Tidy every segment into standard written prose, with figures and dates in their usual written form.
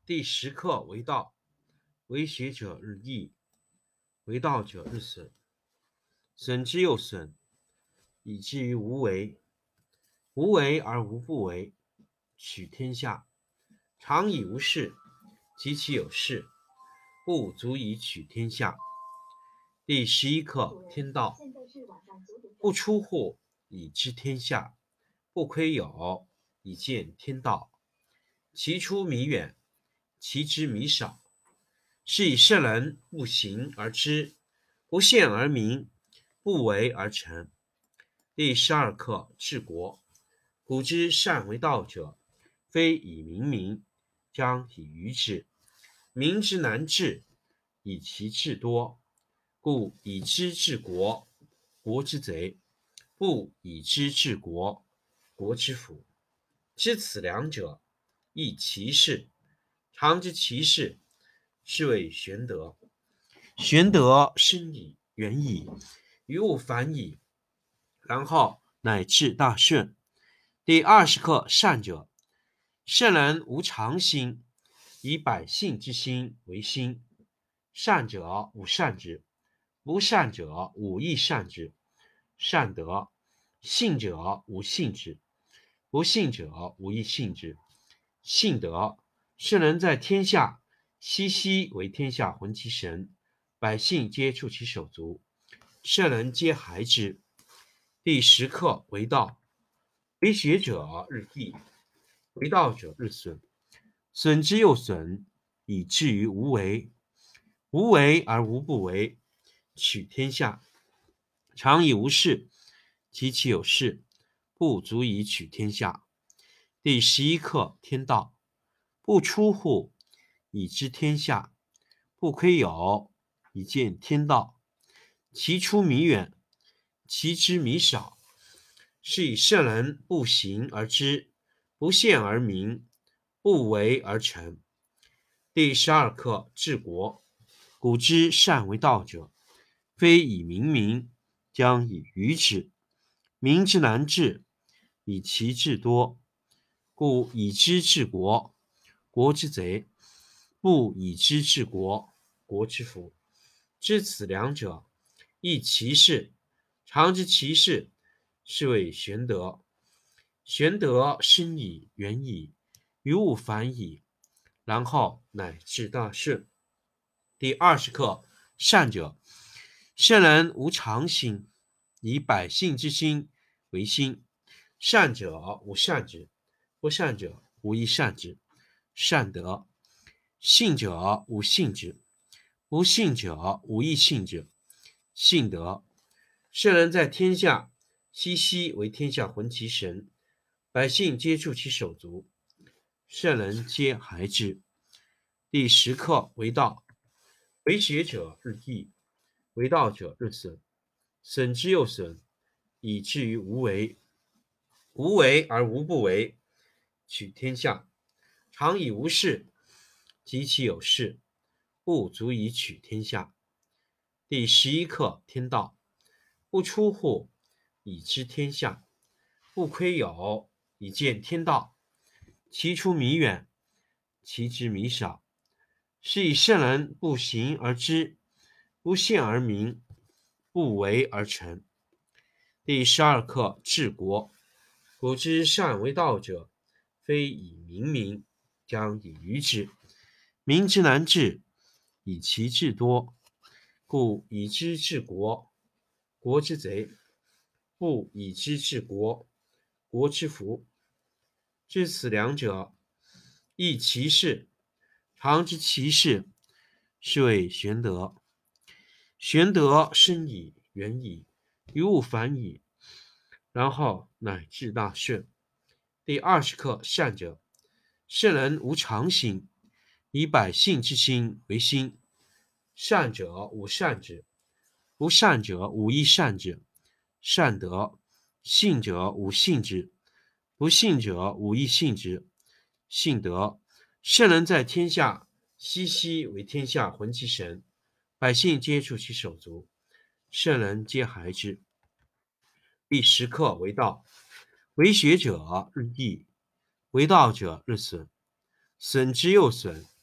第10课为道，为学者日益，为道者日损，损之又损，以至于无为。无为而无不为，取天下常以无事，及其有事，不足以取天下。第11课天道，不出户，以知天下；不窥有，以见天道。其出弥远，其知弥少，是以圣人不行而知，不见而明，不为而成。第12课治国。古之善为道者，非以明民，将以愚之。民之难治，以其智多。故以知治国，国之贼；不以知治国，国之福。知此两者，亦其事。常知其事，是谓玄德。玄德深矣，远矣，于物反矣，然后乃至大顺。第20课善者。圣人无常心，以百姓之心为心。善者无善之，不善者无亦善之。善德。信者无信之，不信者无亦信之。信德。圣人在天下，熙熙为天下浑其神，百姓皆触其手足，圣人皆孩之。第10课为道，为学者日益，为道者日损，损之又损，以至于无为。无为而无不为，取天下常以无事，及其有事，不足以取天下。第11课天道，不出户，以知天下；不窥有，以见天道。其出弥远，其知弥少，是以圣人不行而知，不见而明，不为而成。第12课治国。古之善为道者，非以明民，将以愚之。民之难治，以其智多。故以知治国，国之贼；不以知治国，国之福。知此两者，亦其事。常知其事，是谓玄德。玄德深矣，远矣，于物反矣，然后乃至大顺。第20课善者。圣人无常心，以百姓之心为心。善者无善之，不善者无亦善之。善德。信者无信之，不信者无亦信之。信德。圣人在天下，熙熙为天下浑其神，百姓皆触其手足，圣人皆孩之。第10课为道，为学者日益，为道者日损，损之又损，以至于无为。无为而无不为，取天下常以无事，及其有事，不足以取天下。第11课天道，不出户，以知天下；不窥有，以见天道。其出弥远，其知弥少，是以圣人不行而知，不见而明，不为而成。第12课治国。古之善为道者，非以明民，将以愚之。民之难治，以其智多。故以知治国，国之贼；不以知治国，国之福。知此两者，亦其事。常知其事，是谓玄德。玄德深矣，远矣，于物反矣，然后乃至大顺。第20课善者。圣人无常心，以百姓之心为心。善者无善之，不善者无亦善之。善德。信者无信之，不信者无亦信之。信德。圣人在天下，熙熙为天下浑其神，百姓皆触其手足，圣人皆孩之。第10课为道，为学者日益，为道者日损，损之又损，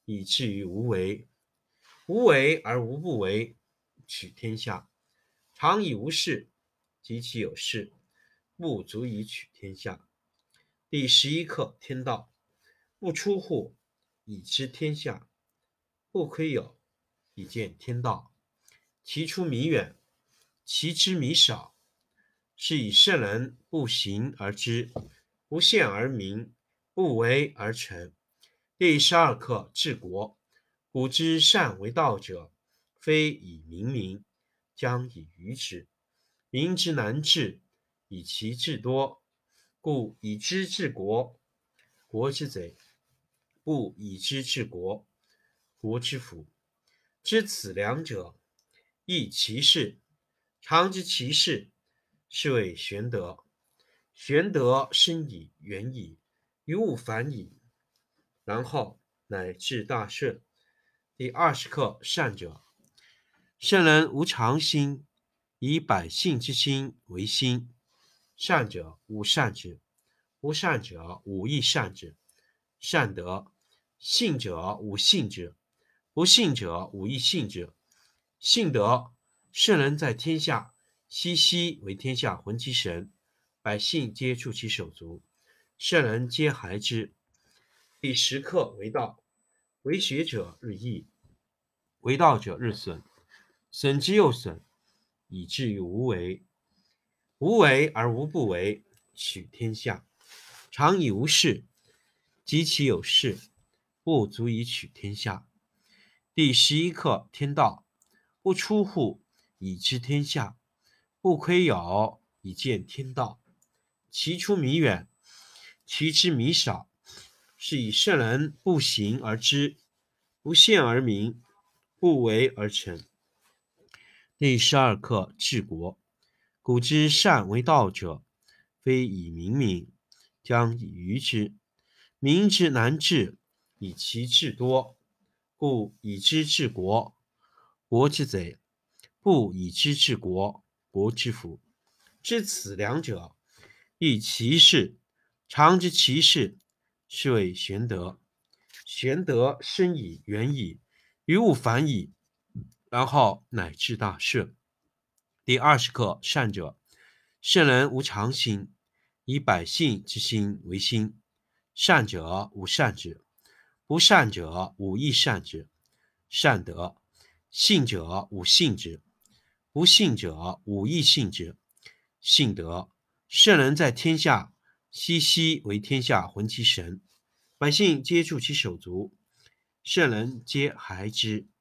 以至于无为。无为而无不为，取天下。常以无事，及其有事，不足以取天下。第11课天道。不出户，以知天下；不窥有，以见天道。其出弥远，其知弥少。是以圣人不行而知，不见而明，不为而成。第12课治国。古之善为道者，非以明民，将以愚之。民之难治，以其智多。故以知治国，国之贼；不以知治国，国之福。知此两者，亦其事。常知其事，是谓玄德。玄德深矣，远矣，于物反矣，然后乃至大顺。第20课善者。圣人无常心，以百姓之心为心。善者无善之，不善者无亦善之。善德。信者无信之，不信者无亦信之。信德。圣人在天下，熙熙为天下浑其神，百姓皆触其手足，圣人皆孩之。第10课为道。为学者日益，为道者日损，损之又损，以至于无为。无为而无不为，取天下。常以无事，及其有事，不足以取天下。第11课天道。不出户，以知天下；不窥有，以见天道。其出弥远，其知弥少。是以圣人不行而知，不见而明，不为而成。第12课治国。古之善为道者，非以明民，将以愚之。民之难治，以其智多。故以知治国，国之贼；不以知治国，国之福。知此两者，亦其事。常知其事，是谓玄德。玄德深矣，远矣，于物反矣，然后乃至大顺。第20课善者。圣人无常心，以百姓之心为心。善者无善之，不善者无亦善之。善德。信者无信之，不信者无亦信之。信德。圣人在天下，熙熙为天下浑其神，百姓皆触其手足，圣人皆孩之。